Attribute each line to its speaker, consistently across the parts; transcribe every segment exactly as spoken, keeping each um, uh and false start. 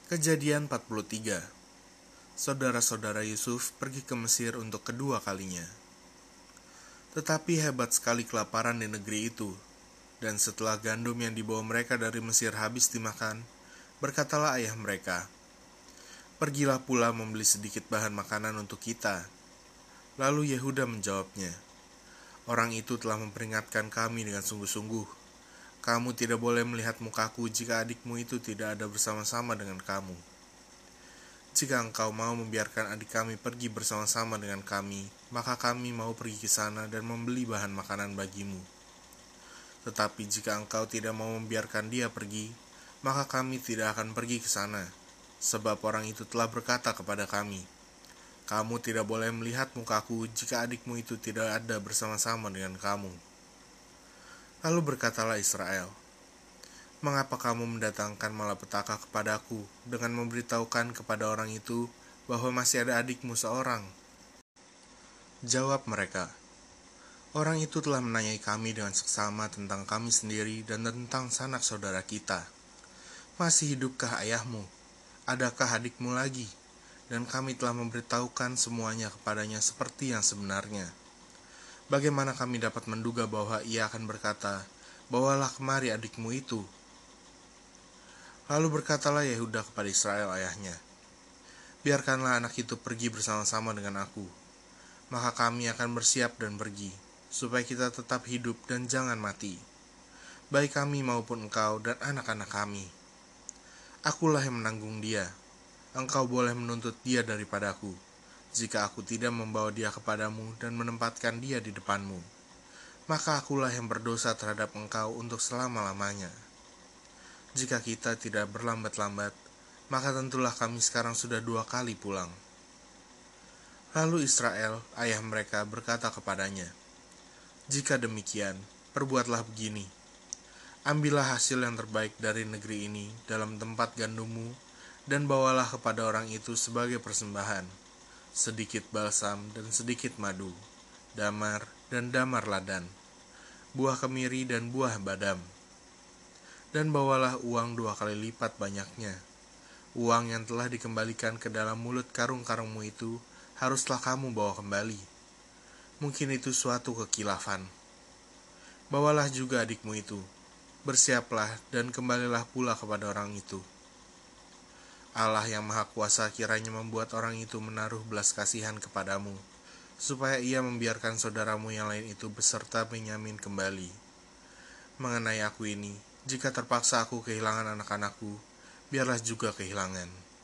Speaker 1: Kejadian empat puluh tiga. Saudara-saudara Yusuf pergi ke Mesir untuk kedua kalinya. Tetapi hebat sekali kelaparan di negeri itu, dan setelah gandum yang dibawa mereka dari Mesir habis dimakan, berkatalah ayah mereka, "Pergilah pula membeli sedikit bahan makanan untuk kita." Lalu Yehuda menjawabnya, "Orang itu telah memperingatkan kami dengan sungguh-sungguh. Kamu tidak boleh melihat mukaku jika adikmu itu tidak ada bersama-sama dengan kamu. Jika engkau mau membiarkan adik kami pergi bersama-sama dengan kami, maka kami mau pergi ke sana dan membeli bahan makanan bagimu. Tetapi jika engkau tidak mau membiarkan dia pergi, maka kami tidak akan pergi ke sana, sebab orang itu telah berkata kepada kami, 'Kamu tidak boleh melihat mukaku jika adikmu itu tidak ada bersama-sama dengan kamu.' Lalu berkatalah Israel, 'Mengapa kamu mendatangkan malapetaka kepadaku dengan memberitahukan kepada orang itu bahwa masih ada adikmu seorang?' Jawab mereka, 'Orang itu telah menanyai kami dengan seksama tentang kami sendiri dan tentang sanak saudara kita. Masih hidupkah ayahmu? Adakah adikmu lagi?' Dan kami telah memberitahukan semuanya kepadanya seperti yang sebenarnya. Bagaimana kami dapat menduga bahwa ia akan berkata, 'Bawalah kemari adikmu itu'?" Lalu berkatalah Yehuda kepada Israel ayahnya, "Biarkanlah anak itu pergi bersama-sama dengan aku, maka kami akan bersiap dan pergi, supaya kita tetap hidup dan jangan mati, baik kami maupun engkau dan anak-anak kami. Akulah yang menanggung dia, engkau boleh menuntut dia daripadaku, jika aku tidak membawa dia kepadamu dan menempatkan dia di depanmu, maka akulah yang berdosa terhadap engkau untuk selama-lamanya. Jika kita tidak berlambat-lambat, maka tentulah kami sekarang sudah dua kali pulang." Lalu Israel, ayah mereka, berkata kepadanya, "Jika demikian, perbuatlah begini. Ambillah hasil yang terbaik dari negeri ini dalam tempat gandummu, dan bawalah kepada orang itu sebagai persembahan, sedikit balsam dan sedikit madu, damar dan damar ladan, buah kemiri dan buah badam. Dan bawalah uang dua kali lipat banyaknya. Uang yang telah dikembalikan ke dalam mulut karung-karungmu itu haruslah kamu bawa kembali. Mungkin itu suatu kekilafan. Bawalah juga adikmu itu. Bersiaplah dan kembalilah pula kepada orang itu. Allah yang Maha Kuasa kiranya membuat orang itu menaruh belas kasihan kepadamu, supaya ia membiarkan saudaramu yang lain itu beserta Benyamin kembali. Mengenai aku ini, jika terpaksa aku kehilangan anak-anakku, biarlah juga kehilangan."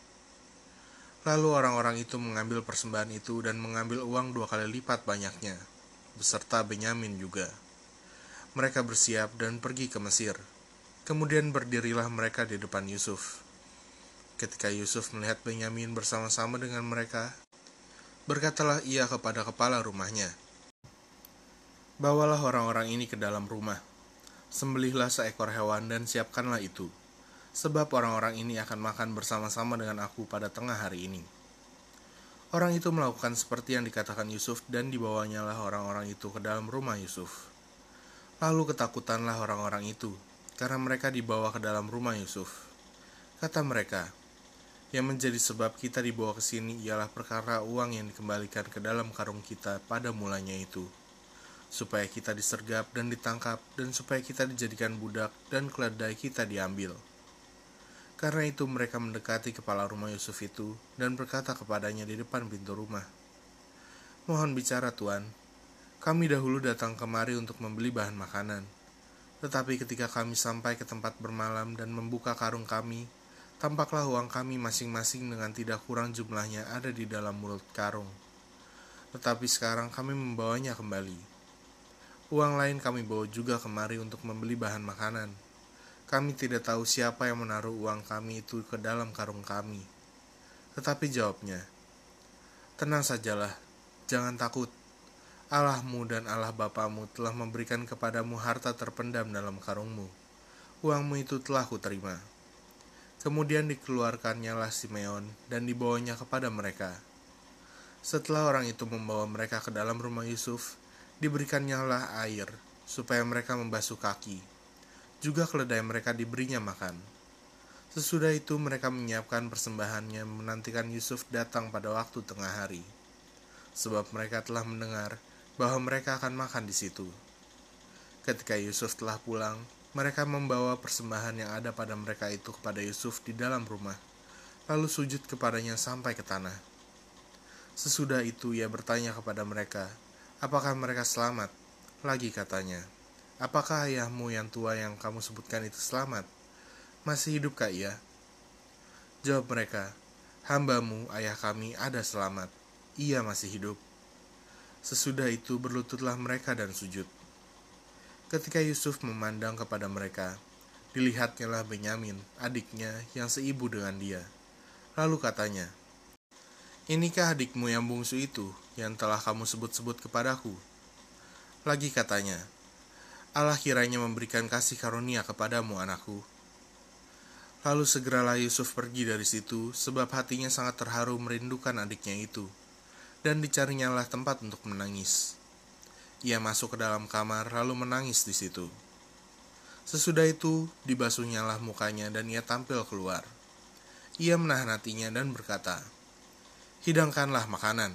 Speaker 1: Lalu orang-orang itu mengambil persembahan itu dan mengambil uang dua kali lipat banyaknya, beserta Benyamin juga. Mereka bersiap dan pergi ke Mesir. Kemudian berdirilah mereka di depan Yusuf. Ketika Yusuf melihat Benyamin bersama-sama dengan mereka, berkatalah ia kepada kepala rumahnya, "Bawalah orang-orang ini ke dalam rumah. Sembelihlah seekor hewan dan siapkanlah itu, sebab orang-orang ini akan makan bersama-sama dengan aku pada tengah hari ini." Orang itu melakukan seperti yang dikatakan Yusuf, dan dibawanyalah orang-orang itu ke dalam rumah Yusuf. Lalu ketakutanlah orang-orang itu, karena mereka dibawa ke dalam rumah Yusuf. Kata mereka, "Yang menjadi sebab kita dibawa ke sini ialah perkara uang yang dikembalikan ke dalam karung kita pada mulanya itu, supaya kita disergap dan ditangkap, dan supaya kita dijadikan budak dan keledai kita diambil." Karena itu mereka mendekati kepala rumah Yusuf itu dan berkata kepadanya di depan pintu rumah, "Mohon bicara, Tuan. Kami dahulu datang kemari untuk membeli bahan makanan. Tetapi ketika kami sampai ke tempat bermalam dan membuka karung kami, tampaklah uang kami masing-masing dengan tidak kurang jumlahnya ada di dalam mulut karung. Tetapi sekarang kami membawanya kembali. Uang lain kami bawa juga kemari untuk membeli bahan makanan. Kami tidak tahu siapa yang menaruh uang kami itu ke dalam karung kami." Tetapi jawabnya, "Tenang sajalah, jangan takut. Allahmu dan Allah bapamu telah memberikan kepadamu harta terpendam dalam karungmu. Uangmu itu telah kuterima." Kemudian dikeluarkannyalah Simeon dan dibawanya kepada mereka. Setelah orang itu membawa mereka ke dalam rumah Yusuf, diberikannya air supaya mereka membasuh kaki. Juga keledai mereka diberinya makan. Sesudah itu mereka menyiapkan persembahannya menantikan Yusuf datang pada waktu tengah hari, sebab mereka telah mendengar bahwa mereka akan makan di situ. Ketika Yusuf telah pulang, mereka membawa persembahan yang ada pada mereka itu kepada Yusuf di dalam rumah, lalu sujud kepadanya sampai ke tanah. Sesudah itu ia bertanya kepada mereka, apakah mereka selamat? Lagi katanya, apakah ayahmu yang tua yang kamu sebutkan itu selamat? Masih hidupkah ia? Jawab mereka, hambamu ayah kami ada selamat, ia masih hidup. Sesudah itu berlututlah mereka dan sujud. Ketika Yusuf memandang kepada mereka, dilihatnyalah Benyamin, adiknya yang seibu dengan dia. Lalu katanya, inikah adikmu yang bungsu itu yang telah kamu sebut-sebut kepadaku? Lagi katanya, Allah kiranya memberikan kasih karunia kepadamu anakku. Lalu segeralah Yusuf pergi dari situ, sebab hatinya sangat terharu merindukan adiknya itu, dan dicarinyalah tempat untuk menangis. Ia masuk ke dalam kamar lalu menangis di situ. Sesudah itu dibasuhnyalah mukanya dan ia tampil keluar. Ia menahan hatinya dan berkata, hidangkanlah makanan.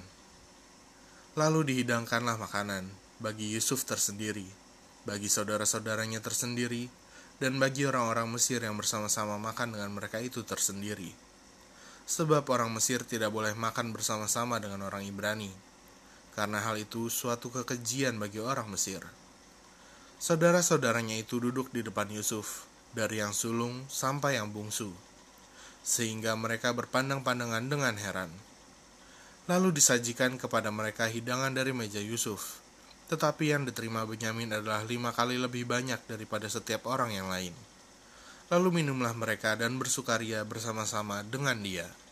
Speaker 1: Lalu dihidangkanlah makanan bagi Yusuf tersendiri, bagi saudara-saudaranya tersendiri, dan bagi orang-orang Mesir yang bersama-sama makan dengan mereka itu tersendiri. Sebab orang Mesir tidak boleh makan bersama-sama dengan orang Ibrani, karena hal itu suatu kekejian bagi orang Mesir. Saudara-saudaranya itu duduk di depan Yusuf, dari yang sulung sampai yang bungsu, sehingga mereka berpandang-pandangan dengan heran. Lalu disajikan kepada mereka hidangan dari meja Yusuf, tetapi yang diterima Benyamin adalah lima kali lebih banyak daripada setiap orang yang lain. Lalu minumlah mereka dan bersukaria bersama-sama dengan dia.